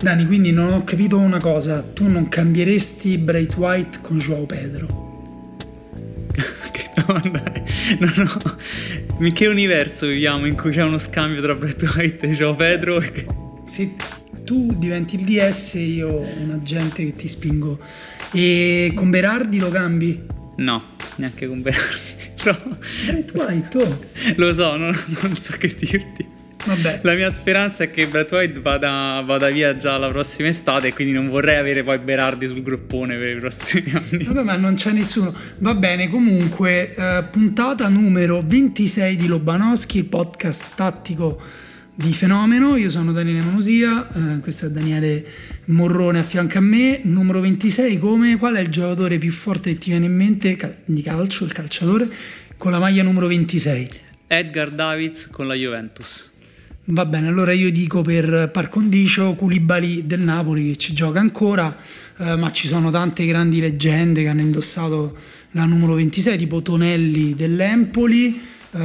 Dani, quindi non ho capito una cosa, tu non cambieresti Bright White con Joao Pedro? Che domanda è? No. In che universo viviamo in cui c'è uno scambio tra Bright White e Joao Pedro? Se tu diventi il DS, io un agente che ti spingo. E con Berardi lo cambi? No, neanche con Berardi. Però... Bright White, oh. Lo so, non so che dirti. Vabbè. La mia speranza è che Bright White vada via già la prossima estate, e quindi non vorrei avere poi Berardi sul groppone per i prossimi anni. Vabbè, ma non c'è nessuno. Va bene, comunque, puntata numero 26 di Lobanowski, il podcast tattico di Fenomeno. Io sono Daniele Monosia, questo è Daniele Morrone a fianco a me. Numero 26, qual è il giocatore più forte che ti viene in mente di calcio, il calciatore, con la maglia numero 26? Edgar Davids con la Juventus. Va bene, allora io dico per par condicio Koulibaly del Napoli, che ci gioca ancora, ma ci sono tante grandi leggende che hanno indossato la numero 26, tipo Tonelli dell'Empoli,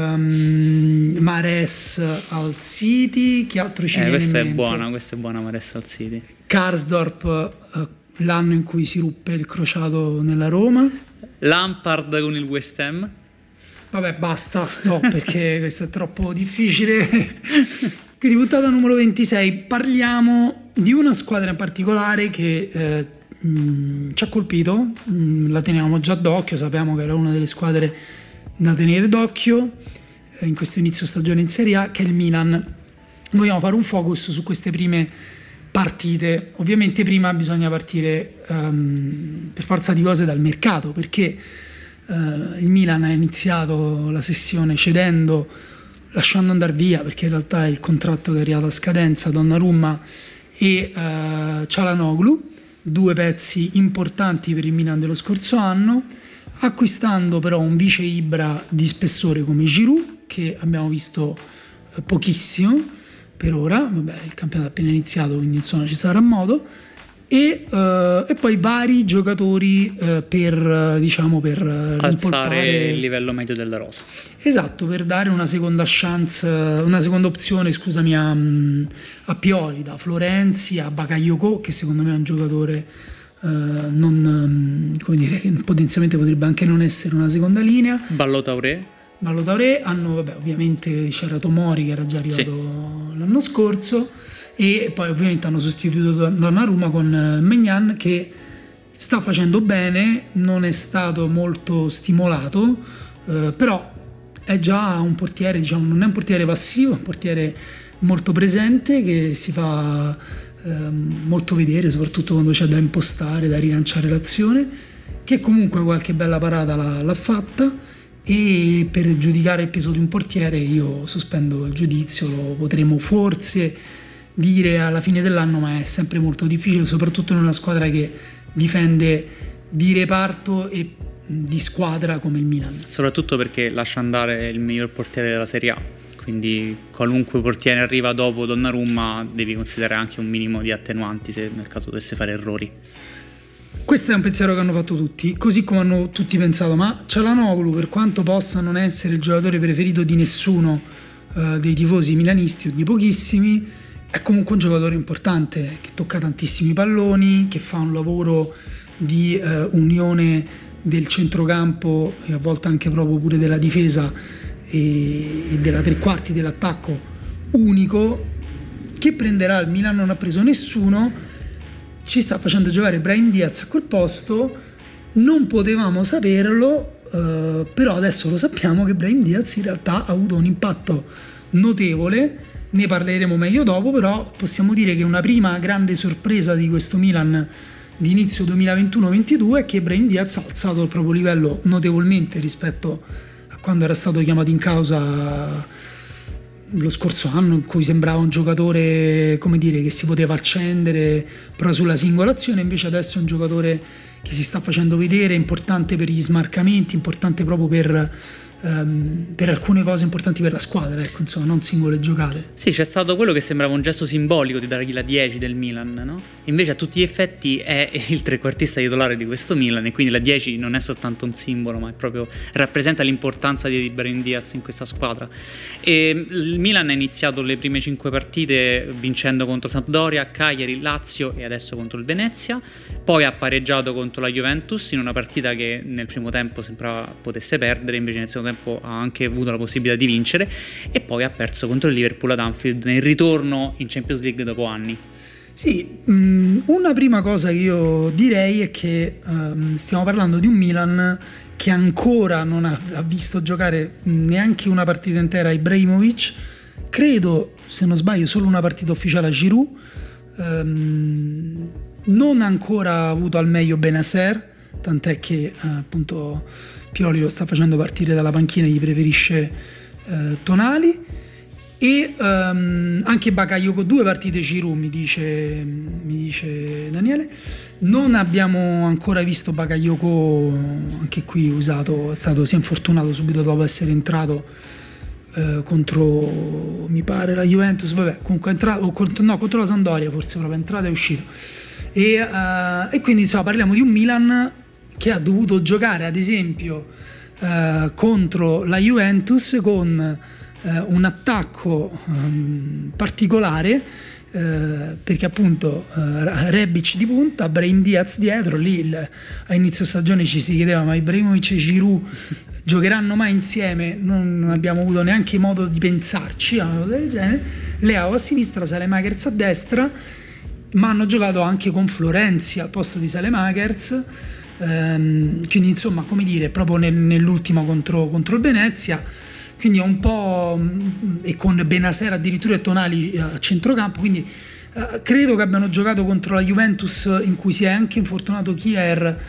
Mahrez al City. Chi altro ci viene in mente? Questa è buona Mahrez al City. Karsdorp, l'anno in cui si ruppe il crociato nella Roma. Lampard con il West Ham. Vabbè, basta, stop, perché questo è troppo difficile. Quindi puntata numero 26, parliamo di una squadra in particolare che ci ha colpito, la tenevamo già d'occhio, sappiamo che era una delle squadre da tenere d'occhio in questo inizio stagione in Serie A, che è il Milan. Vogliamo fare un focus su queste prime partite. Ovviamente prima bisogna partire per forza di cose dal mercato, perché il Milan ha iniziato la sessione cedendo, lasciando andare via, perché in realtà è il contratto che è arrivato a scadenza, Donnarumma e Çalhanoğlu, due pezzi importanti per il Milan dello scorso anno, acquistando però un vice Ibra di spessore come Giroud, che abbiamo visto pochissimo per ora. Vabbè, il campionato è appena iniziato, quindi insomma ci sarà modo. E poi vari giocatori per alzare il livello medio della rosa. Esatto, per dare una seconda chance, una seconda opzione, scusami, a Pioli, da Florenzi a Bakayoko, che secondo me è un giocatore che potenzialmente potrebbe anche non essere una seconda linea. Ballo-Tauré, hanno, ovviamente c'era Tomori che era già arrivato l'anno scorso, e poi ovviamente hanno sostituito Donnarumma con Maignan, che sta facendo bene, non è stato molto stimolato, però è già un portiere, non è un portiere passivo, è un portiere molto presente, che si fa molto vedere, soprattutto quando c'è da impostare, da rilanciare l'azione, che comunque qualche bella parata l'ha fatta. E per giudicare il peso di un portiere io sospendo il giudizio, lo potremo forse dire alla fine dell'anno, ma è sempre molto difficile, soprattutto in una squadra che difende di reparto e di squadra come il Milan. Soprattutto perché lascia andare il miglior portiere della Serie A, quindi qualunque portiere arriva dopo Donnarumma devi considerare anche un minimo di attenuanti se nel caso dovesse fare errori. Questo è un pensiero che hanno fatto tutti, così come hanno tutti pensato, ma Çalhanoğlu, per quanto possa non essere il giocatore preferito di nessuno dei tifosi milanisti o di pochissimi, è comunque un giocatore importante, che tocca tantissimi palloni, che fa un lavoro di unione del centrocampo e a volte anche proprio pure della difesa e della tre quarti dell'attacco unico, che prenderà il Milan. Non ha preso nessuno, ci sta facendo giocare Brahim Diaz a quel posto. Non potevamo saperlo, però adesso lo sappiamo che Brahim Diaz in realtà ha avuto un impatto notevole, ne parleremo meglio dopo, però possiamo dire che una prima grande sorpresa di questo Milan di inizio 2021-22 è che Brahim Diaz ha alzato il proprio livello notevolmente rispetto a quando era stato chiamato in causa lo scorso anno, in cui sembrava un giocatore, come dire, che si poteva accendere però sulla singolazione. Invece adesso è un giocatore che si sta facendo vedere, importante per gli smarcamenti, importante proprio per per alcune cose importanti per la squadra, ecco, insomma, non singole giocate. Sì, c'è stato quello che sembrava un gesto simbolico di dargli la 10 del Milan, no? Invece a tutti gli effetti è il trequartista titolare di questo Milan, e quindi la 10 non è soltanto un simbolo, ma è proprio rappresenta l'importanza di Brahim Diaz in questa squadra. E il Milan ha iniziato le prime 5 partite vincendo contro Sampdoria, Cagliari, Lazio e adesso contro il Venezia. Poi ha pareggiato contro la Juventus in una partita che nel primo tempo sembrava potesse perdere, invece nel secondo tempo ha anche avuto la possibilità di vincere, e poi ha perso contro il Liverpool ad Anfield nel ritorno in Champions League dopo anni. Sì, una prima cosa che io direi è che stiamo parlando di un Milan che ancora non ha visto giocare neanche una partita intera Ibrahimovic, credo, se non sbaglio, solo una partita ufficiale a Giroud, non ha ancora avuto al meglio Benacer, tant'è che appunto Pioli lo sta facendo partire dalla panchina e gli preferisce Tonali, e anche Bakayoko 2 partite Giroud, mi dice Daniele. Non abbiamo ancora visto Bakayoko, anche qui usato, è stato sia infortunato subito dopo essere entrato contro, mi pare, la Juventus, vabbè, comunque è entrato, contro la Sampdoria forse, proprio entrato e uscito, e quindi insomma parliamo di un Milan che ha dovuto giocare ad esempio contro la Juventus con un attacco particolare, perché appunto Rebic di punta, Brahim Diaz dietro. Lì a inizio stagione ci si chiedeva: ma Ibrahimovic e Giroud giocheranno mai insieme? Non abbiamo avuto neanche modo di pensarci a una cosa del genere. Leao a sinistra, Saelemaekers a destra, ma hanno giocato anche con Florenzi al posto di Saelemaekers, quindi insomma, come dire, proprio nell'ultima contro il Venezia, quindi è un po', e con Benacer addirittura e Tonali a centrocampo, quindi credo che abbiano giocato contro la Juventus, in cui si è anche infortunato Kier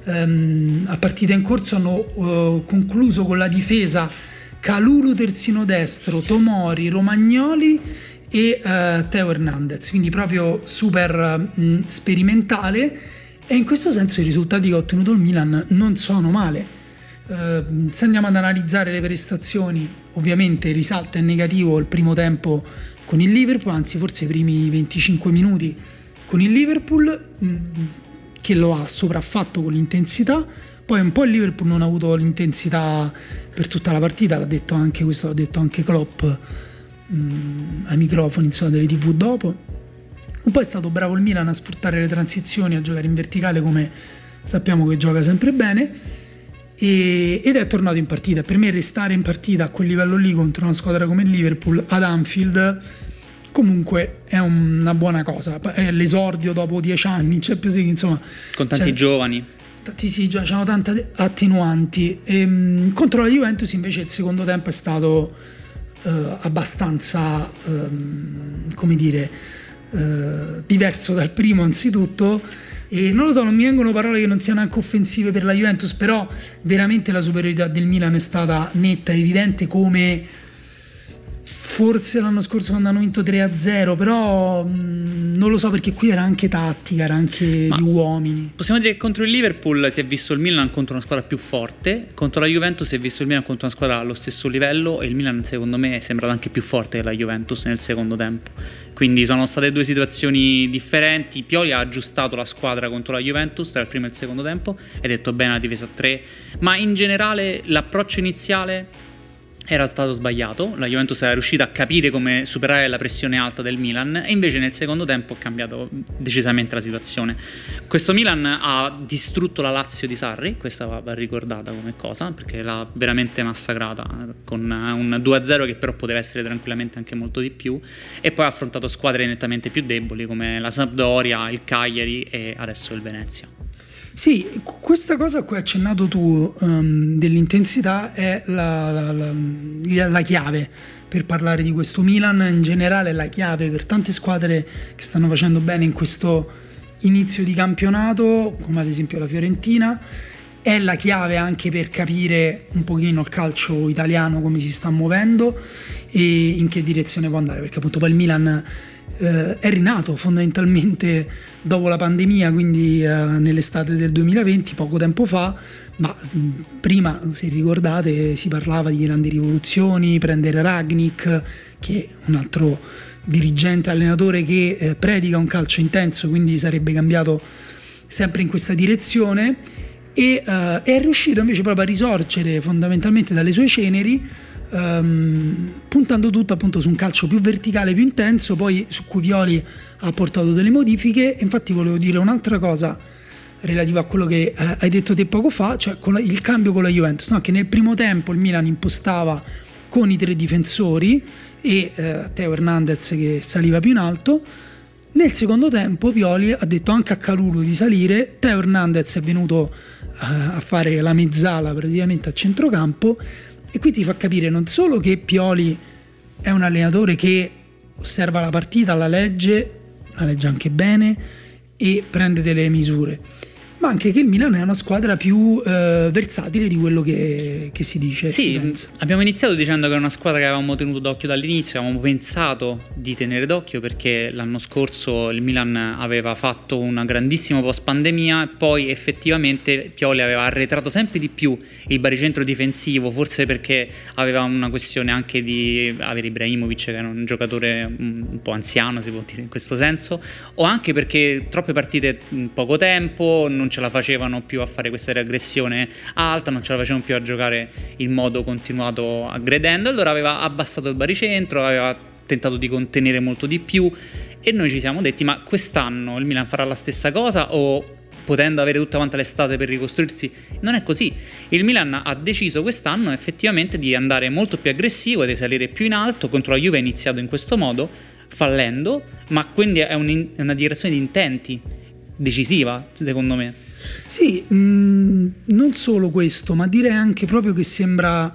a partita in corso. Hanno concluso con la difesa Kalulu terzino destro, Tomori, Romagnoli e Teo Hernandez, quindi proprio super sperimentale, e in questo senso i risultati che ha ottenuto il Milan non sono male. Se andiamo ad analizzare le prestazioni, ovviamente risalta in negativo il primo tempo con il Liverpool, anzi forse i primi 25 minuti con il Liverpool, che lo ha sopraffatto con l'intensità. Poi un po' il Liverpool non ha avuto l'intensità per tutta la partita, l'ha detto anche Klopp ai microfoni, insomma, delle TV dopo. Un po' è stato bravo il Milan a sfruttare le transizioni, a giocare in verticale, come sappiamo che gioca sempre bene, ed è tornato in partita. Per me restare in partita a quel livello lì contro una squadra come il Liverpool ad Anfield comunque è una buona cosa. È l'esordio dopo 10 anni in Champions League, insomma, con tanti giovani. C'erano tante attenuanti. Contro la Juventus invece il secondo tempo è stato abbastanza come dire diverso dal primo, anzitutto, e non lo so, non mi vengono parole che non siano anche offensive per la Juventus, però veramente la superiorità del Milan è stata netta, evidente, come forse l'anno scorso quando hanno vinto 3-0, però non lo so, perché qui era anche tattica, era anche di uomini. Possiamo dire che contro il Liverpool si è visto il Milan contro una squadra più forte, contro la Juventus si è visto il Milan contro una squadra allo stesso livello, e il Milan secondo me è sembrato anche più forte della Juventus nel secondo tempo. Quindi sono state due situazioni differenti. Pioli ha aggiustato la squadra contro la Juventus tra il primo e il secondo tempo, ha detto bene la difesa a 3, ma in generale l'approccio iniziale era stato sbagliato. La Juventus era riuscita a capire come superare la pressione alta del Milan, e invece nel secondo tempo ha cambiato decisamente la situazione. Questo Milan ha distrutto la Lazio di Sarri, questa va ricordata come cosa, perché l'ha veramente massacrata con un 2-0 che però poteva essere tranquillamente anche molto di più, e poi ha affrontato squadre nettamente più deboli come la Sampdoria, il Cagliari e adesso il Venezia. Sì, questa cosa a cui hai accennato tu dell'intensità è la chiave per parlare di questo Milan. In generale è la chiave per tante squadre che stanno facendo bene in questo inizio di campionato, come ad esempio la Fiorentina, è la chiave anche per capire un pochino il calcio italiano come si sta muovendo e in che direzione può andare, perché appunto poi il Milan è rinato fondamentalmente dopo la pandemia, quindi nell'estate del 2020, poco tempo fa, ma prima, se ricordate, si parlava di grandi rivoluzioni, prendere Rangnick, che è un altro dirigente, allenatore che predica un calcio intenso, quindi sarebbe cambiato sempre in questa direzione, e è riuscito invece proprio a risorgere fondamentalmente dalle sue ceneri, puntando tutto appunto su un calcio più verticale, più intenso, poi su cui Pioli ha portato delle modifiche. E infatti volevo dire un'altra cosa relativa a quello che hai detto te poco fa, cioè il cambio con la Juventus, no? Che nel primo tempo il Milan impostava con i 3 difensori e Theo Hernandez che saliva più in alto. Nel secondo tempo Pioli ha detto anche a Kalulu di salire, Theo Hernandez è venuto a fare la mezzala praticamente a centrocampo, e qui ti fa capire non solo che Pioli è un allenatore che osserva la partita, la legge anche bene e prende delle misure, ma anche che il Milan è una squadra più versatile di quello che si dice. Sì, abbiamo iniziato dicendo che è una squadra che avevamo tenuto d'occhio dall'inizio, avevamo pensato di tenere d'occhio perché l'anno scorso il Milan aveva fatto una grandissima post pandemia e poi effettivamente Pioli aveva arretrato sempre di più il baricentro difensivo, forse perché aveva una questione anche di avere Ibrahimovic, che era un giocatore un po' anziano, si può dire in questo senso, o anche perché troppe partite in poco tempo, non ce la facevano più a fare questa reaggressione alta, non ce la facevano più a giocare in modo continuato aggredendo, allora aveva abbassato il baricentro, aveva tentato di contenere molto di più, e noi ci siamo detti: ma quest'anno il Milan farà la stessa cosa, o potendo avere tutta quanta l'estate per ricostruirsi? Non è così. Il Milan ha deciso quest'anno effettivamente di andare molto più aggressivo e di salire più in alto. Contro la Juve è iniziato in questo modo, fallendo, ma quindi è una direzione di intenti decisiva, secondo me. Sì, non solo questo, ma direi anche proprio che sembra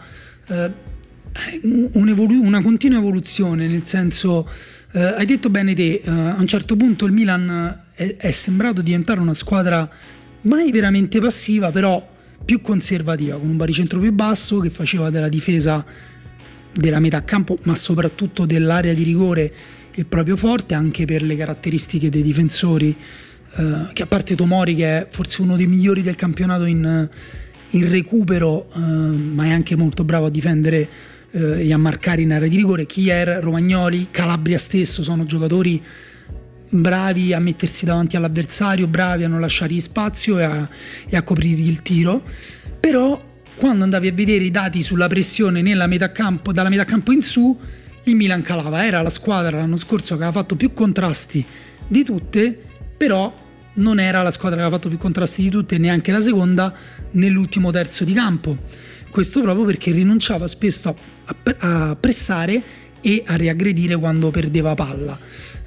una continua evoluzione, nel senso, hai detto bene te, a un certo punto il Milan è sembrato diventare una squadra mai veramente passiva, però più conservativa, con un baricentro più basso, che faceva della difesa della metà campo, ma soprattutto dell'area di rigore, il proprio forte, anche per le caratteristiche dei difensori, che a parte Tomori, che è forse uno dei migliori del campionato in recupero, ma è anche molto bravo a difendere e a marcare in area di rigore, Kier, Romagnoli, Calabria stesso, sono giocatori bravi a mettersi davanti all'avversario, bravi a non lasciargli spazio e a coprirgli il tiro. Però quando andavi a vedere i dati sulla pressione nella metà campo, dalla metà campo in su, il Milan calava. Era la squadra l'anno scorso che aveva fatto più contrasti di tutte, però non era la squadra che aveva fatto più contrasti di tutte, neanche la seconda, nell'ultimo terzo di campo. Questo proprio perché rinunciava spesso a pressare e a riaggredire quando perdeva palla.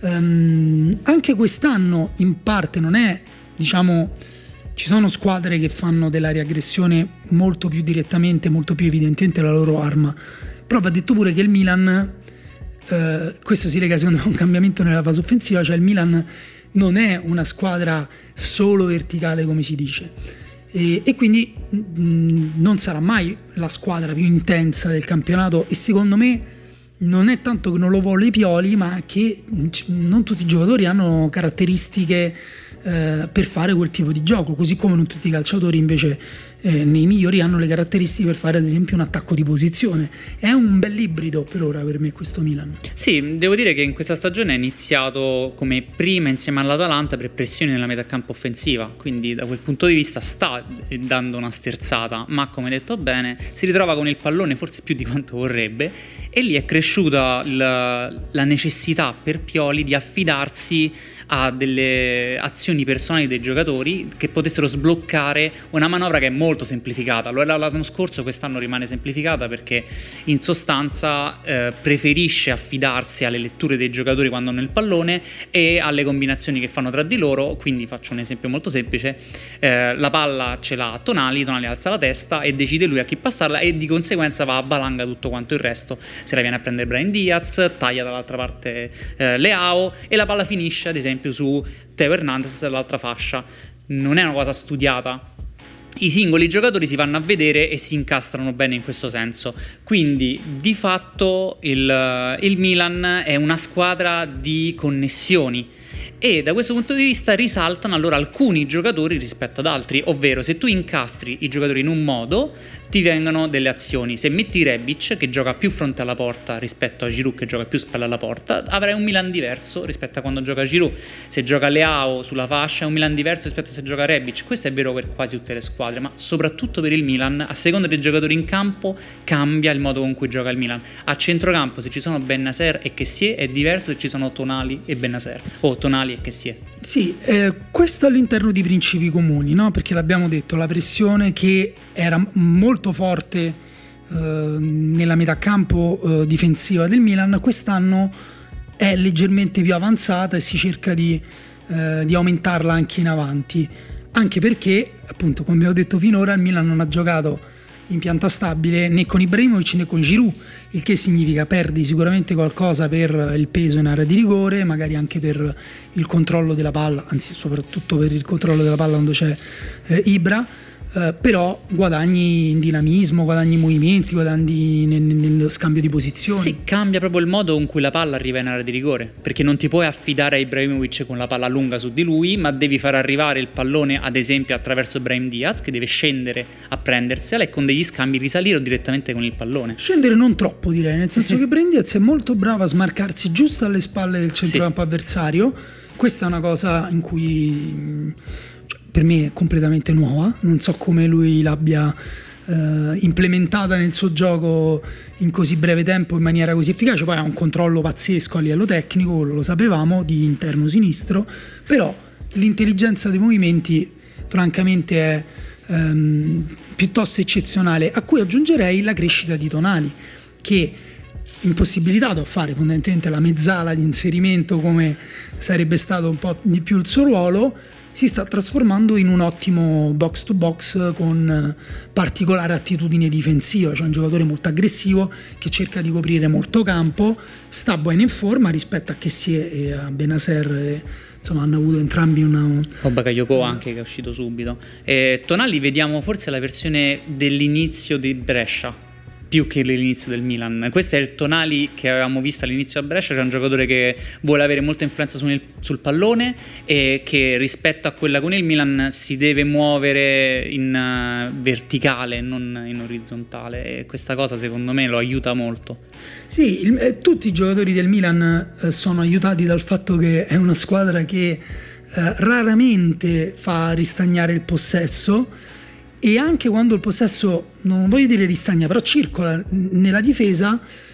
Anche quest'anno in parte non è, diciamo, ci sono squadre che fanno della riaggressione molto più direttamente, molto più evidentemente la loro arma, però va detto pure che il Milan, questo si lega secondo me a un cambiamento nella fase offensiva, cioè il Milan non è una squadra solo verticale come si dice, e quindi non sarà mai la squadra più intensa del campionato, e secondo me non è tanto che non lo vuole Pioli, ma che non tutti i giocatori hanno caratteristiche per fare quel tipo di gioco, così come non tutti i calciatori invece nei migliori hanno le caratteristiche per fare ad esempio un attacco di posizione. È un bel ibrido per ora per me questo Milan. Sì, devo dire che in questa stagione è iniziato come prima insieme all'Atalanta per pressione nella metà campo offensiva, quindi da quel punto di vista sta dando una sterzata, ma come detto bene si ritrova con il pallone forse più di quanto vorrebbe, e lì è cresciuta la necessità per Pioli di affidarsi a delle azioni personali dei giocatori che potessero sbloccare una manovra che è molto semplificata. Lo era l'anno scorso, quest'anno rimane semplificata perché in sostanza preferisce affidarsi alle letture dei giocatori quando hanno il pallone e alle combinazioni che fanno tra di loro. Quindi faccio un esempio molto semplice: la palla ce l'ha Tonali alza la testa e decide lui a chi passarla, e di conseguenza va a valanga tutto quanto il resto. Se la viene a prendere Brahim Diaz, taglia dall'altra parte Leao, e la palla finisce ad esempio su Theo Hernandez dall'altra fascia. Non è una cosa studiata, i singoli giocatori si vanno a vedere e si incastrano bene in questo senso. Quindi di fatto il Milan è una squadra di connessioni e da questo punto di vista risaltano allora alcuni giocatori rispetto ad altri, ovvero se tu incastri i giocatori in un modo ti vengono delle azioni. Se metti Rebic che gioca più fronte alla porta rispetto a Giroud che gioca più spalle alla porta, avrai un Milan diverso rispetto a quando gioca Giroud. Se gioca Leao sulla fascia è un Milan diverso rispetto a se gioca Rebic. Questo è vero per quasi tutte le squadre, ma soprattutto per il Milan, a seconda dei giocatori in campo cambia il modo con cui gioca il Milan. A centrocampo se ci sono Bennacer e Kessié è diverso se ci sono Tonali e Bennacer o Tonali e Kessié. Sì, questo all'interno di principi comuni, no? Perché l'abbiamo detto, la pressione che era molto forte nella metà campo difensiva del Milan quest'anno è leggermente più avanzata e si cerca di aumentarla anche in avanti, anche perché appunto, come abbiamo detto finora, il Milan non ha giocato in pianta stabile né con Ibrahimovic né con Giroud, il che significa perdi sicuramente qualcosa per il peso in area di rigore, magari anche per il controllo della palla, anzi soprattutto per il controllo della palla quando c'è Ibra, però guadagni in dinamismo, guadagni in movimenti, guadagni nello scambio di posizioni. Sì, cambia proprio il modo con cui la palla arriva in area di rigore, perché non ti puoi affidare a Ibrahimovic con la palla lunga su di lui, ma devi far arrivare il pallone ad esempio attraverso Brahim Diaz, che deve scendere a prendersela e con degli scambi risalire direttamente con il pallone. Scendere non troppo, direi, nel senso che Brahim Diaz è molto bravo a smarcarsi giusto alle spalle del centrocampo avversario. Questa è una cosa in cui per me è completamente nuova, non so come lui l'abbia implementata nel suo gioco in così breve tempo in maniera così efficace. Poi ha un controllo pazzesco a livello tecnico, lo sapevamo, di interno sinistro, però l'intelligenza dei movimenti francamente è piuttosto eccezionale, a cui aggiungerei la crescita di Tonali, che impossibilitato a fare fondamentalmente la mezzala di inserimento come sarebbe stato un po' di più il suo ruolo, si sta trasformando in un ottimo box to box con particolare attitudine difensiva, cioè un giocatore molto aggressivo che cerca di coprire molto campo, sta bene in forma rispetto a Kessié e a Bennacer, insomma hanno avuto entrambi una Bakayoko anche che è uscito subito. Tonali vediamo forse la versione dell'inizio di Brescia più che l'inizio del Milan. Questo è il Tonali che avevamo visto all'inizio a Brescia, cioè un giocatore che vuole avere molta influenza sul pallone e che rispetto a quella con il Milan si deve muovere in verticale, non in orizzontale, e questa cosa secondo me lo aiuta molto. Sì, tutti i giocatori del Milan sono aiutati dal fatto che è una squadra che raramente fa ristagnare il possesso, e anche quando il possesso, non voglio dire ristagna, però circola nella difesa,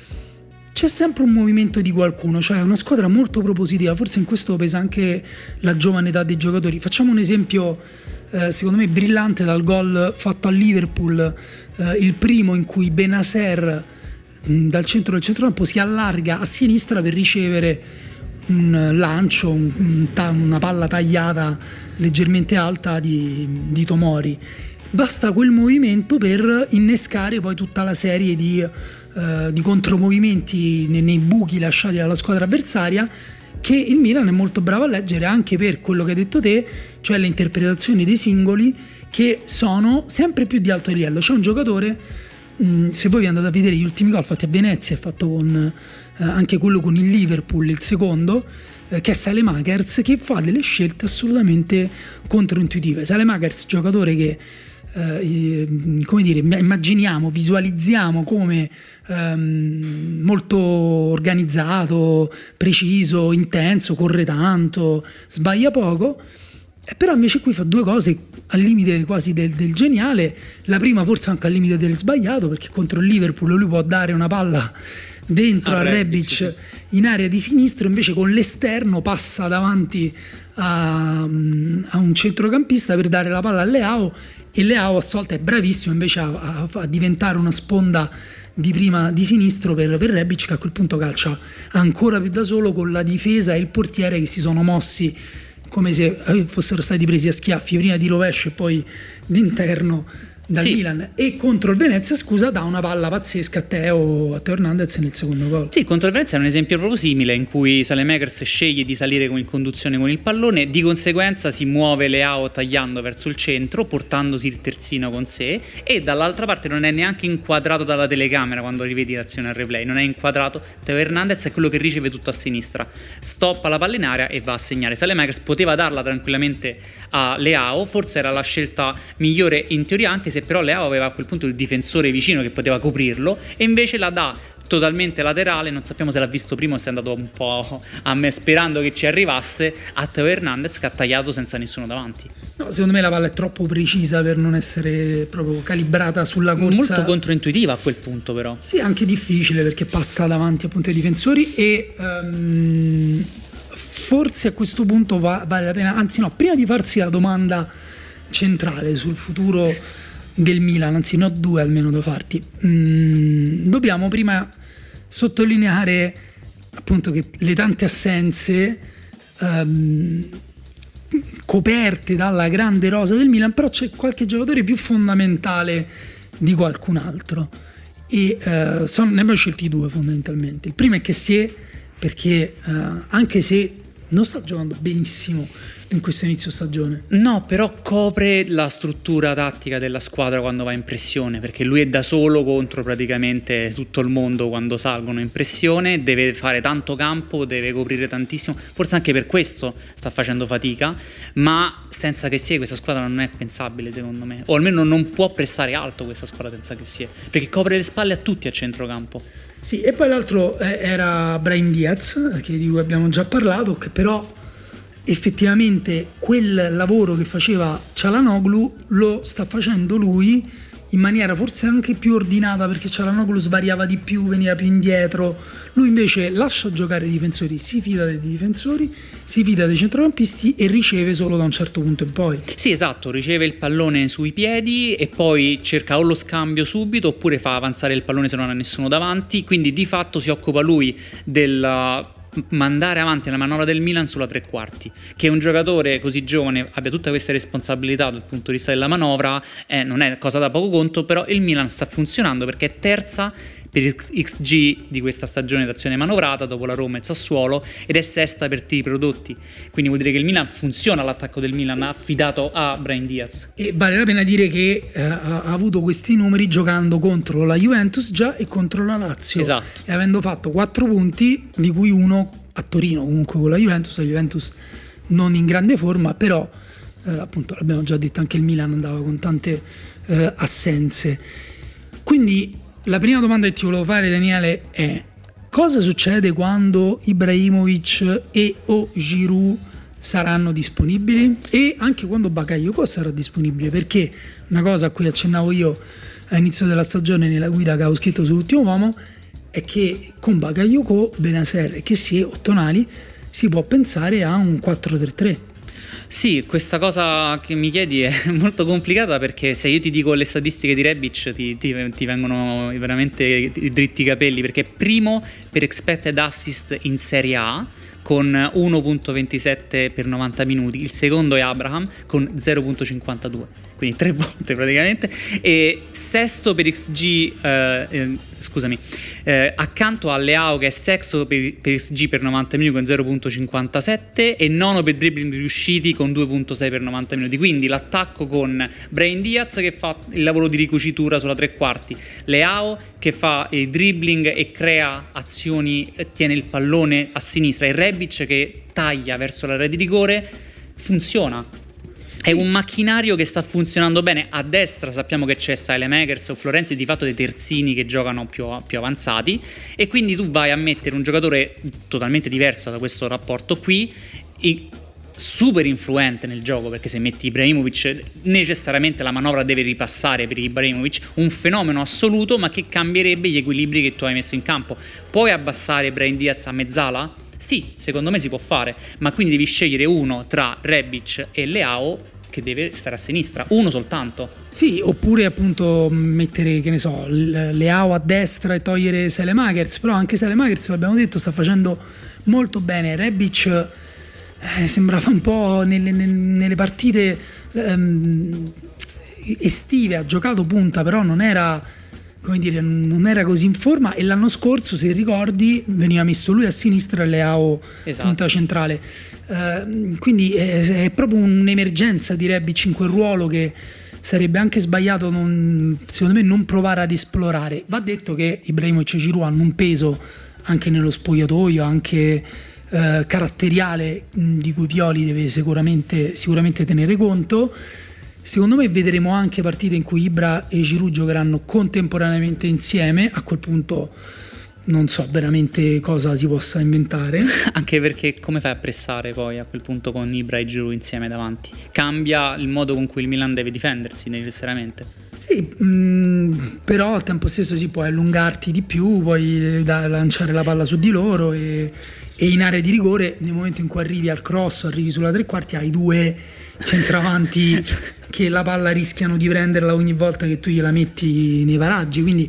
c'è sempre un movimento di qualcuno, cioè è una squadra molto propositiva. Forse in questo pesa anche la giovane età dei giocatori. Facciamo un esempio secondo me brillante dal gol fatto a Liverpool, il primo in cui Bennacer dal centro del centrocampo si allarga a sinistra per ricevere un lancio, una palla tagliata leggermente alta di Tomori. Basta quel movimento per innescare poi tutta la serie di contromovimenti nei buchi lasciati dalla squadra avversaria, che il Milan è molto bravo a leggere anche per quello che hai detto te, cioè le interpretazioni dei singoli che sono sempre più di alto livello. C'è un giocatore, se voi vi andate a vedere gli ultimi gol fatti a Venezia, è fatto con anche quello con il Liverpool, il secondo, che è Saelemaekers, che fa delle scelte assolutamente controintuitive. Saelemaekers, giocatore che come dire, immaginiamo, visualizziamo come molto organizzato, preciso, intenso, corre tanto, sbaglia poco, però invece qui fa due cose al limite quasi del geniale. La prima forse anche al limite del sbagliato, perché contro il Liverpool lui può dare una palla dentro a Rebic in area di sinistro, invece con l'esterno passa davanti a un centrocampista per dare la palla a Leao, e Leao a sua volta è bravissimo invece a diventare una sponda di prima di sinistro per Rebic, che a quel punto calcia ancora più da solo, con la difesa e il portiere che si sono mossi come se fossero stati presi a schiaffi, prima di rovescio e poi d'interno dal Milan, e contro il Venezia, scusa, dà una palla pazzesca a Teo Hernandez nel secondo gol. Sì, contro il Venezia è un esempio proprio simile, in cui Saelemaekers sceglie di salire in conduzione con il pallone, di conseguenza si muove Leao tagliando verso il centro, portandosi il terzino con sé, e dall'altra parte non è neanche inquadrato dalla telecamera quando rivedi l'azione al replay, non è inquadrato. Teo Hernandez è quello che riceve tutto a sinistra, stoppa la palla in area e va a segnare. Saelemaekers poteva darla tranquillamente a Leao, forse era la scelta migliore in teoria, anche se però Leao aveva a quel punto il difensore vicino che poteva coprirlo, e invece la dà totalmente laterale, non sappiamo se l'ha visto prima o se è andato un po' a me sperando che ci arrivasse, a Teo Hernandez, che ha tagliato senza nessuno davanti. No, secondo me la palla è troppo precisa per non essere proprio calibrata sulla corsa. Molto controintuitiva a quel punto, però. Sì, anche difficile, perché passa davanti appunto ai difensori, e forse a questo punto vale la pena, anzi no, prima di farsi la domanda centrale sul futuro del Milan, anzi ne ho due almeno da farti, dobbiamo prima sottolineare appunto che le tante assenze coperte dalla grande rosa del Milan, però c'è qualche giocatore più fondamentale di qualcun altro, e ne abbiamo scelti due fondamentalmente. Il primo è Kessié, perché anche se non sta giocando benissimo in questo inizio stagione, no, però copre la struttura tattica della squadra quando va in pressione, perché lui è da solo contro praticamente tutto il mondo quando salgono in pressione, deve fare tanto campo, deve coprire tantissimo, forse anche per questo sta facendo fatica, ma senza Kessié questa squadra non è pensabile secondo me, o almeno non può pressare alto questa squadra senza Kessié, perché copre le spalle a tutti a centrocampo. Sì, e poi l'altro era Brahim Diaz, di cui abbiamo già parlato, che però effettivamente quel lavoro che faceva Çalhanoğlu lo sta facendo lui in maniera forse anche più ordinata, perché Çalhanoğlu svariava di più, veniva più indietro, lui invece lascia giocare i difensori, si fida dei difensori, si fida dei centrocampisti e riceve solo da un certo punto in poi. Sì, esatto, riceve il pallone sui piedi e poi cerca o lo scambio subito oppure fa avanzare il pallone se non ha nessuno davanti, quindi di fatto si occupa lui del mandare avanti la manovra del Milan sulla tre quarti. Che un giocatore così giovane abbia tutte queste responsabilità dal punto di vista della manovra non è cosa da poco conto, però il Milan sta funzionando perché è terza per XG di questa stagione d'azione manovrata dopo la Roma e il Sassuolo, ed è sesta per tiri prodotti, quindi vuol dire che il Milan funziona, l'attacco del Milan affidato a Brahim Diaz. E vale la pena dire che ha avuto questi numeri giocando contro la Juventus già e contro la Lazio, esatto, e avendo fatto 4 punti, di cui uno a Torino comunque con la Juventus non in grande forma, però appunto l'abbiamo già detto, anche il Milan andava con tante assenze. Quindi la prima domanda che ti volevo fare, Daniele, è: cosa succede quando Ibrahimovic e o Giroud saranno disponibili, e anche quando Bakayoko sarà disponibile? Perché una cosa a cui accennavo io all'inizio della stagione nella guida che avevo scritto sull'ultimo uomo è che con Bakayoko, Benacer e Kessié o Tonali si può pensare a un 4-3-3. Sì, questa cosa che mi chiedi è molto complicata, perché se io ti dico le statistiche di Rebic ti vengono veramente dritti i capelli, perché primo per expected assist in Serie A con 1.27 per 90 minuti, il secondo è Abraham con 0.52, quindi 3 volte praticamente, e sesto per XG accanto a Leao, che è sexto per XG per 90 minuti con 0.57, e nono per dribbling riusciti con 2.6 per 90 minuti. Quindi l'attacco con Brahim Diaz che fa il lavoro di ricucitura sulla tre quarti, Leao che fa il dribbling e crea azioni, tiene il pallone a sinistra, e Rebic che taglia verso l'area di rigore. Funziona. È un macchinario che sta funzionando bene. A destra sappiamo che c'è Saelemaekers o Florenzi, di fatto dei terzini che giocano più avanzati, e quindi tu vai a mettere un giocatore totalmente diverso da questo rapporto qui, super influente nel gioco, perché se metti Ibrahimovic necessariamente la manovra deve ripassare per Ibrahimovic, un fenomeno assoluto ma che cambierebbe gli equilibri che tu hai messo in campo. Puoi abbassare Brahim Diaz a mezzala? Sì, secondo me si può fare, ma quindi devi scegliere uno tra Rebic e Leao che deve stare a sinistra, uno soltanto. Sì, oppure appunto mettere, che ne so, Leao a destra e togliere Saelemaekers, però anche Saelemaekers, l'abbiamo detto, sta facendo molto bene. Rebic sembrava un po' nelle partite estive ha giocato punta, però non era, come dire, non era così in forma, e l'anno scorso, se ricordi, veniva messo lui a sinistra e Leao punta centrale, quindi è proprio un'emergenza di Rebic in quel ruolo che sarebbe anche sbagliato secondo me non provare ad esplorare. Va detto che Ibrahimovic e Giroud hanno un peso anche nello spogliatoio, anche caratteriale, di cui Pioli deve sicuramente tenere conto. Secondo me vedremo anche partite in cui Ibra e Giroud giocheranno contemporaneamente insieme. A quel punto non so veramente cosa si possa inventare. Anche perché come fai a pressare poi a quel punto con Ibra e Giroud insieme davanti? Cambia il modo con cui il Milan deve difendersi necessariamente. Sì, però al tempo stesso si puoi allungarti di più, puoi lanciare la palla su di loro, e in area di rigore, nel momento in cui arrivi al cross, arrivi sulla tre quarti, hai due centravanti che la palla rischiano di prenderla ogni volta che tu gliela metti nei paraggi, quindi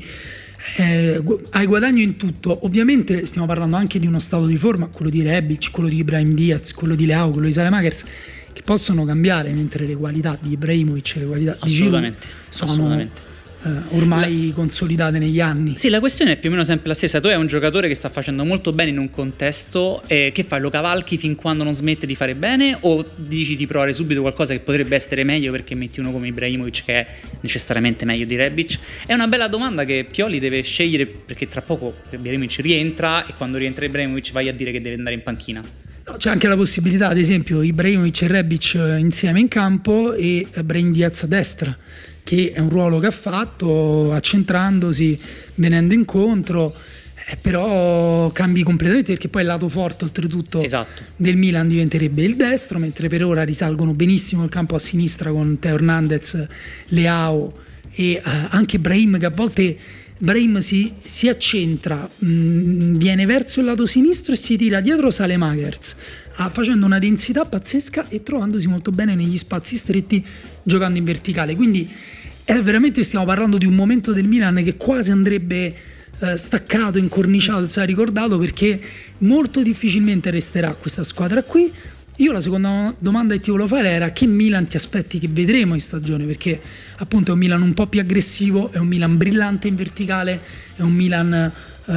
hai guadagno in tutto. Ovviamente stiamo parlando anche di uno stato di forma, quello di Rebic, quello di Ibrahim Diaz, quello di Leao, quello di Saelemaekers, che possono cambiare, mentre le qualità di Ibrahimovic e le qualità di Giroud sono ormai consolidate negli anni. Sì, la questione è più o meno sempre la stessa. Tu hai un giocatore che sta facendo molto bene in un contesto, che fai? Lo cavalchi fin quando non smette di fare bene, o dici di provare subito qualcosa che potrebbe essere meglio perché metti uno come Ibrahimovic che è necessariamente meglio di Rebic? È una bella domanda che Pioli deve scegliere, perché tra poco Ibrahimovic rientra, e quando rientra Ibrahimovic vai a dire che deve andare in panchina. No, c'è anche la possibilità, ad esempio, Ibrahimovic e Rebic insieme in campo e Brahim Diaz a destra, che è un ruolo che ha fatto accentrandosi, venendo incontro, però cambi completamente, perché poi il lato forte oltretutto del Milan diventerebbe il destro, mentre per ora risalgono benissimo il campo a sinistra con Teo Hernandez, Leao e anche Brahim, che a volte Brahim si accentra, viene verso il lato sinistro e si tira dietro Saelemaekers, facendo una densità pazzesca e trovandosi molto bene negli spazi stretti giocando in verticale. Quindi veramente stiamo parlando di un momento del Milan che quasi andrebbe staccato, incorniciato, si è ricordato, perché molto difficilmente resterà questa squadra qui. Io la seconda domanda che ti volevo fare era: che Milan ti aspetti che vedremo in stagione? Perché appunto è un Milan un po' più aggressivo, è un Milan brillante in verticale, è un Milan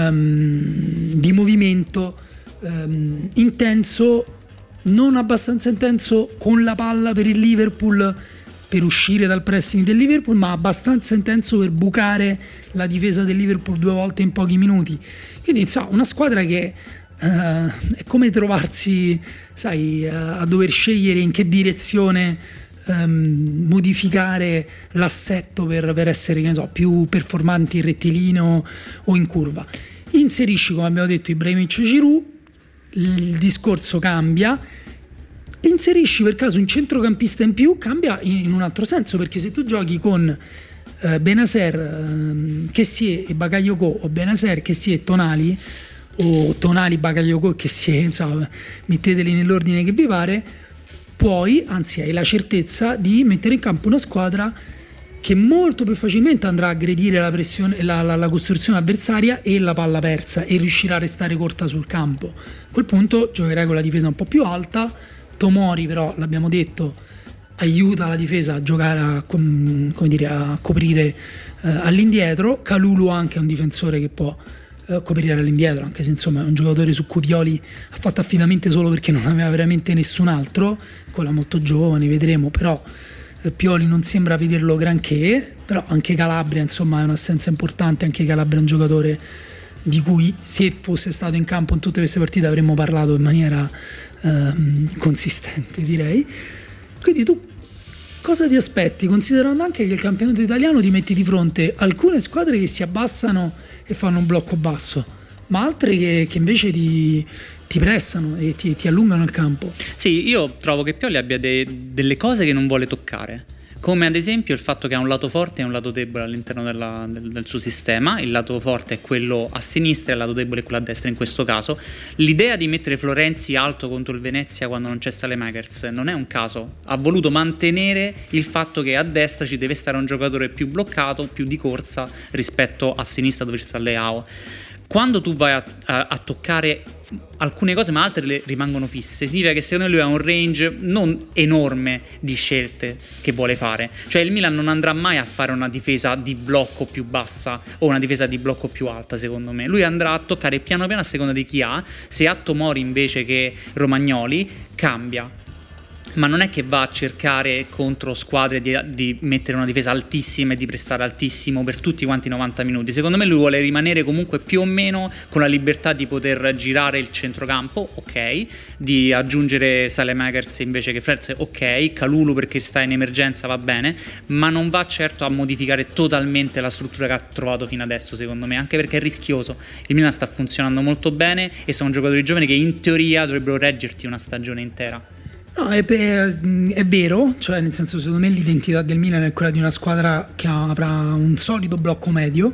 di movimento, intenso, non abbastanza intenso con la palla per il Liverpool, per uscire dal pressing del Liverpool, ma abbastanza intenso per bucare la difesa del Liverpool 2 volte in pochi minuti. Quindi insomma, una squadra che è come trovarsi, sai, a dover scegliere in che direzione modificare l'assetto per essere, che ne so, più performanti in rettilineo o in curva. Inserisci, come abbiamo detto, Ibrahimovic e Giroud, il discorso cambia. Inserisci per caso un centrocampista in più, cambia in un altro senso, perché se tu giochi con Benacer, Kessie e Bakayoko, o Benacer, Kessie e Tonali, o Tonali, Bakayoko e Kessie, insomma, metteteli nell'ordine che vi pare, puoi, anzi hai la certezza di mettere in campo una squadra che molto più facilmente andrà a aggredire la pressione, la costruzione avversaria e la palla persa, e riuscirà a restare corta sul campo. A quel punto giocherai con la difesa un po' più alta. Tomori però, l'abbiamo detto, aiuta la difesa a giocare a coprire all'indietro. Kalulu anche è un difensore che può coprire all'indietro, anche se insomma è un giocatore su cui Pioli ha fatto affidamento solo perché non aveva veramente nessun altro, ancora molto giovane, vedremo, però Pioli non sembra vederlo granché. Però anche Calabria insomma è un'assenza importante, anche Calabria è un giocatore di cui, se fosse stato in campo in tutte queste partite, avremmo parlato in maniera consistente, direi. Quindi tu cosa ti aspetti, considerando anche che il campionato italiano ti metti di fronte alcune squadre che si abbassano e fanno un blocco basso, ma altre che invece ti pressano e ti allungano il campo? Sì, io trovo che Pioli abbia delle cose che non vuole toccare, come ad esempio il fatto che ha un lato forte e un lato debole all'interno del suo sistema. Il lato forte è quello a sinistra e il lato debole è quello a destra in questo caso. L'idea di mettere Florenzi alto contro il Venezia quando non c'è Saelemaekers non è un caso, ha voluto mantenere il fatto che a destra ci deve stare un giocatore più bloccato, più di corsa rispetto a sinistra dove ci sta Leao. quando tu vai a toccare alcune cose ma altre rimangono fisse, significa che secondo me lui ha un range non enorme di scelte che vuole fare. Cioè il Milan non andrà mai a fare una difesa di blocco più bassa o una difesa di blocco più alta, secondo me. Lui andrà a toccare piano piano a seconda di chi ha. Se ha Tomori invece che Romagnoli, cambia. Ma non è che va a cercare contro squadre di mettere una difesa altissima e di pressare altissimo per tutti quanti i 90 minuti. Secondo me lui vuole rimanere comunque più o meno con la libertà di poter girare il centrocampo, ok, di aggiungere Saelemaekers invece che Fred, ok, Kalulu perché sta in emergenza va bene, ma non va certo a modificare totalmente la struttura che ha trovato fino adesso, secondo me, anche perché è rischioso. Il Milan sta funzionando molto bene e sono giocatori giovani che in teoria dovrebbero reggerti una stagione intera. No, è vero, cioè nel senso, secondo me l'identità del Milan è quella di una squadra che avrà un solido blocco medio.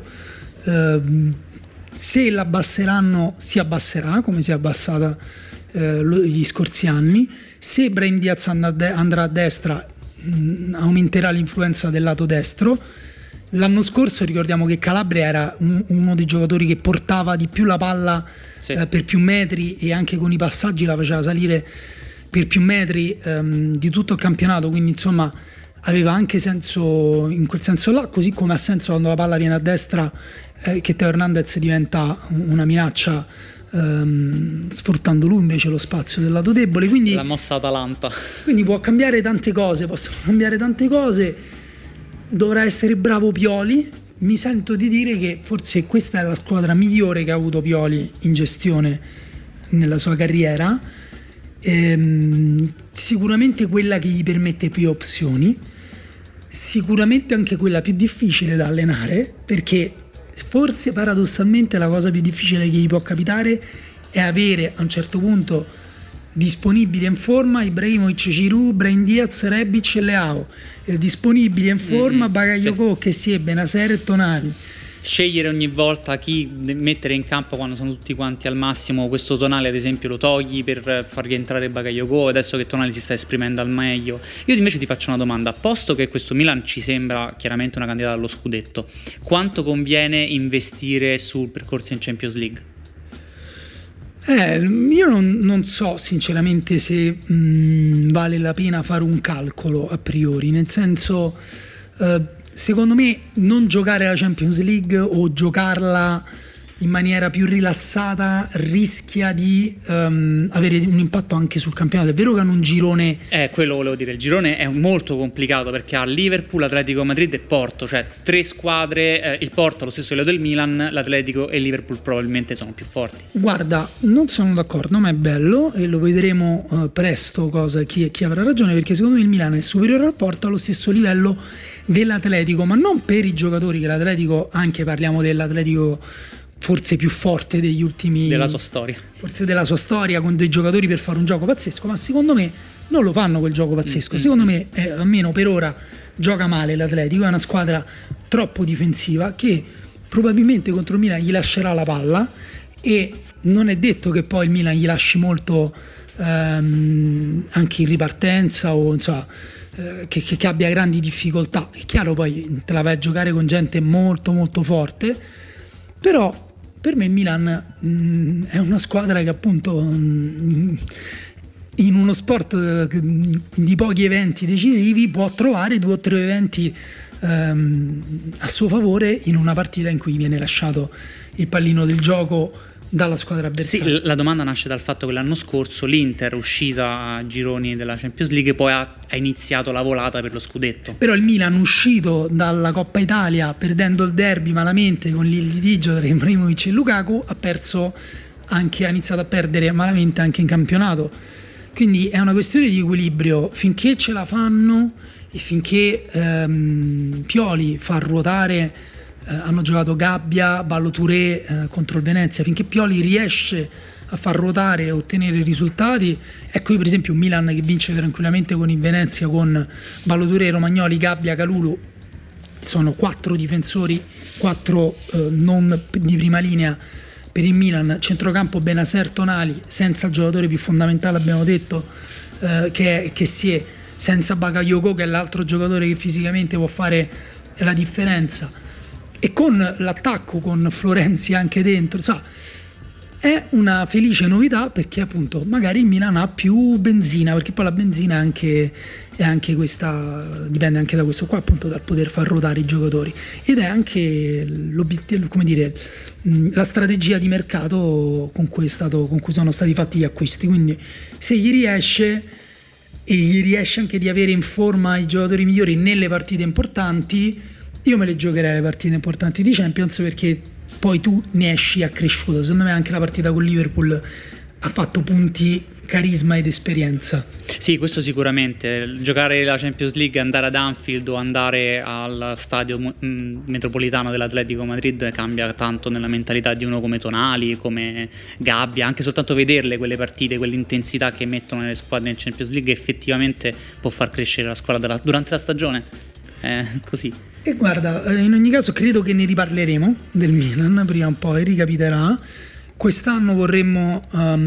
Se l'abbasseranno si abbasserà come si è abbassata gli scorsi anni. Se Brahim Diaz andrà a destra aumenterà l'influenza del lato destro. L'anno scorso ricordiamo che Calabria era uno dei giocatori che portava di più la palla, sì, per più metri, e anche con i passaggi la faceva salire per più metri di tutto il campionato, quindi insomma aveva anche senso in quel senso là, così come ha senso quando la palla viene a destra, che Teo Hernandez diventa una minaccia, sfruttando lui invece lo spazio del lato debole, quindi la mossa Atalanta. Quindi possono cambiare tante cose, dovrà essere bravo Pioli. Mi sento di dire che forse questa è la squadra migliore che ha avuto Pioli in gestione nella sua carriera. Sicuramente quella che gli permette più opzioni, sicuramente anche quella più difficile da allenare, perché forse paradossalmente la cosa più difficile che gli può capitare è avere a un certo punto disponibile in forma Ibrahimovic, Giroud, Brahim Diaz, Rebic e Leao, disponibili in forma Bakayoko, sì, Kessie, Bennacer e Tonali. Scegliere ogni volta chi mettere in campo quando sono tutti quanti al massimo. Questo Tonali ad esempio lo togli per far rientrare Bakayoko, adesso che Tonali si sta esprimendo al meglio. Io invece ti faccio una domanda: posto che questo Milan ci sembra chiaramente una candidata allo scudetto, quanto conviene investire sul percorso in Champions League? Io non so sinceramente se vale la pena fare un calcolo a priori, nel senso, secondo me non giocare la Champions League o giocarla in maniera più rilassata rischia di avere un impatto anche sul campionato. È vero che hanno un girone, quello volevo dire, il girone è molto complicato perché ha Liverpool, Atletico Madrid e Porto, cioè tre squadre, il Porto allo stesso livello del Milan, l'Atletico e il Liverpool probabilmente sono più forti. Guarda, non sono d'accordo, ma è bello e lo vedremo presto chi avrà ragione, perché secondo me il Milan è superiore al Porto allo stesso livello dell'Atletico, ma non per i giocatori, che l'Atletico, anche parliamo dell'Atletico forse più forte degli ultimi, della sua storia, forse della sua storia, con dei giocatori per fare un gioco pazzesco, ma secondo me non lo fanno quel gioco pazzesco. Secondo me, almeno per ora, gioca male l'Atletico, è una squadra troppo difensiva che probabilmente contro il Milan gli lascerà la palla, e non è detto che poi il Milan gli lasci molto anche in ripartenza o insomma che abbia grandi difficoltà. È chiaro, poi te la vai a giocare con gente molto molto forte, però per me il Milan è una squadra che appunto in uno sport di pochi eventi decisivi può trovare 2 o 3 eventi a suo favore in una partita in cui viene lasciato il pallino del gioco dalla squadra avversaria. Sì, la domanda nasce dal fatto che l'anno scorso l'Inter, uscita a gironi della Champions League, poi ha iniziato la volata per lo scudetto. Però il Milan, uscito dalla Coppa Italia perdendo il derby malamente con il litigio tra Ibrahimovic e Lukaku, ha iniziato a perdere malamente anche in campionato. Quindi è una questione di equilibrio. Finché ce la fanno e finché Pioli fa ruotare, hanno giocato Gabbia, Ballo Touré contro il Venezia, finché Pioli riesce a far ruotare e ottenere risultati, ecco, io per esempio un Milan che vince tranquillamente con il Venezia con Ballo Touré, Romagnoli, Gabbia, Kalulu, sono 4 difensori, 4 non di prima linea per il Milan, centrocampo Bennacer, Tonali, senza il giocatore più fondamentale abbiamo detto che Kessie, senza Bakayoko che è l'altro giocatore che fisicamente può fare la differenza, e con l'attacco con Florenzi anche dentro, è una felice novità, perché appunto magari il Milan ha più benzina, perché poi la benzina è anche questa, dipende anche da questo qua, appunto, dal poter far ruotare i giocatori, ed è anche l'obiettivo, come dire, la strategia di mercato con cui sono stati fatti gli acquisti. Quindi se gli riesce, e gli riesce anche di avere in forma i giocatori migliori nelle partite importanti, io me le giocherei le partite importanti di Champions, perché poi tu ne esci accresciuto. Secondo me anche la partita con Liverpool ha fatto punti, carisma ed esperienza. Sì, questo sicuramente. Giocare la Champions League, andare ad Anfield o andare al stadio metropolitano dell'Atletico Madrid cambia tanto nella mentalità di uno come Tonali, come Gabbia. Anche soltanto vederle quelle partite, quell'intensità che mettono nelle squadre in Champions League, effettivamente può far crescere la squadra durante la stagione. Così. E guarda, in ogni caso credo che ne riparleremo del Milan prima o poi, ricapiterà. Quest'anno vorremmo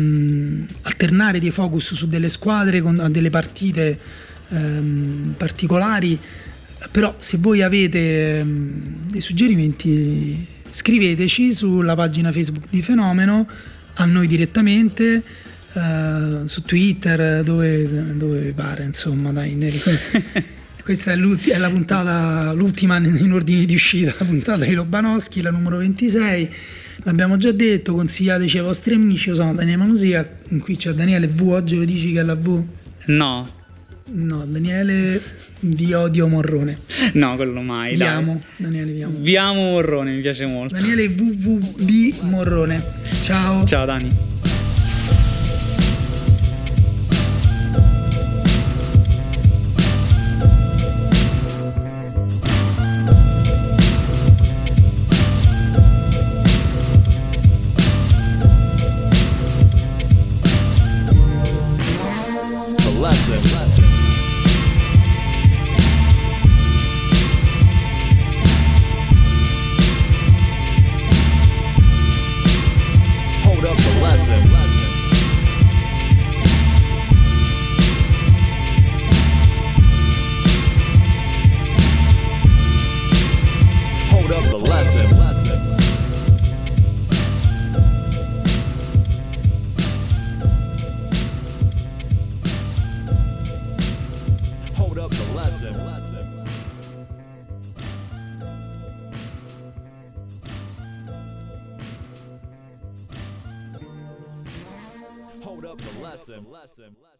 alternare dei focus su delle squadre con delle partite particolari, però se voi avete dei suggerimenti scriveteci sulla pagina Facebook di Fenomeno, a noi direttamente, su Twitter, dove pare, insomma, dai. Questa è la puntata, l'ultima in ordine di uscita, la puntata di Lobanowski, la numero 26. L'abbiamo già detto, consigliateci ai vostri amici. Io sono Daniele Manusia, qui c'è Daniele V. Oggi lo dici che è la V? No, Daniele Vi odio Morrone. No, quello mai. Vi amo, Daniele, vi amo. Vi amo Morrone, mi piace molto. Daniele VVB Morrone. Ciao. Ciao Dani. Hold up the lesson.